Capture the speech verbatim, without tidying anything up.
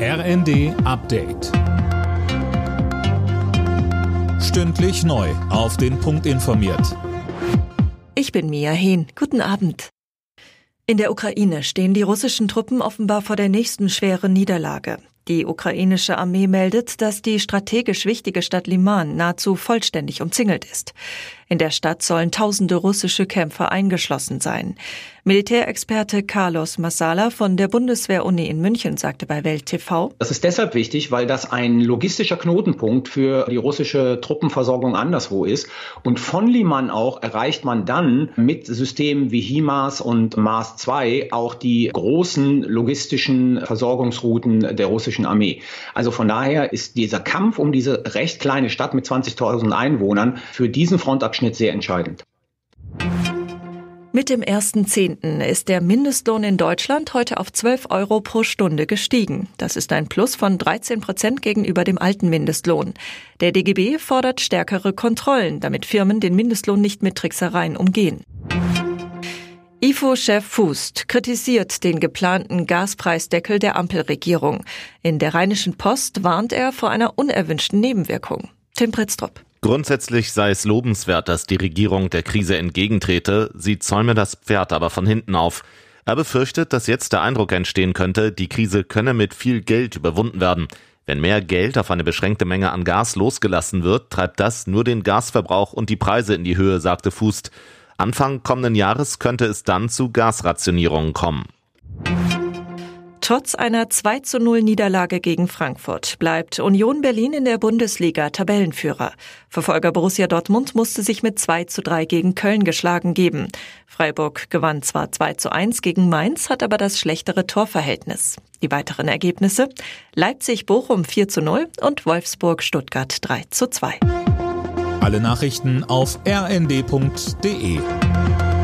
R N D Update. Stündlich neu auf den Punkt informiert. Ich bin Mia Hehn. Guten Abend. In der Ukraine stehen die russischen Truppen offenbar vor der nächsten schweren Niederlage. Die ukrainische Armee meldet, dass die strategisch wichtige Stadt Liman nahezu vollständig umzingelt ist. In der Stadt sollen tausende russische Kämpfer eingeschlossen sein. Militärexperte Carlos Massala von der Bundeswehr-Uni in München sagte bei Welt T V: Das ist deshalb wichtig, weil das ein logistischer Knotenpunkt für die russische Truppenversorgung anderswo ist. Und von Liman auch erreicht man dann mit Systemen wie HIMARS und Mars zwei auch die großen logistischen Versorgungsrouten der russischen Armee. Also von daher ist dieser Kampf um diese recht kleine Stadt mit zwanzigtausend Einwohnern für diesen Frontabschnitt sehr entscheidend. Mit dem ersten Zehnten ist der Mindestlohn in Deutschland heute auf zwölf Euro pro Stunde gestiegen. Das ist ein Plus von dreizehn Prozent gegenüber dem alten Mindestlohn. Der D G B fordert stärkere Kontrollen, damit Firmen den Mindestlohn nicht mit Tricksereien umgehen. I F O-Chef Fußt kritisiert den geplanten Gaspreisdeckel der Ampelregierung. In der Rheinischen Post warnt er vor einer unerwünschten Nebenwirkung. Tim Pritztrup. Grundsätzlich sei es lobenswert, dass die Regierung der Krise entgegentrete, sie zäume das Pferd aber von hinten auf. Er befürchtet, dass jetzt der Eindruck entstehen könnte, die Krise könne mit viel Geld überwunden werden. Wenn mehr Geld auf eine beschränkte Menge an Gas losgelassen wird, treibt das nur den Gasverbrauch und die Preise in die Höhe, sagte Fußt. Anfang kommenden Jahres könnte es dann zu Gasrationierungen kommen. Trotz einer zwei zu null Niederlage gegen Frankfurt bleibt Union Berlin in der Bundesliga Tabellenführer. Verfolger Borussia Dortmund musste sich mit zwei zu drei gegen Köln geschlagen geben. Freiburg gewann zwar zwei zu eins gegen Mainz, hat aber das schlechtere Torverhältnis. Die weiteren Ergebnisse: Leipzig-Bochum vier zu null und Wolfsburg-Stuttgart drei zu zwei. Alle Nachrichten auf r n d punkt d e.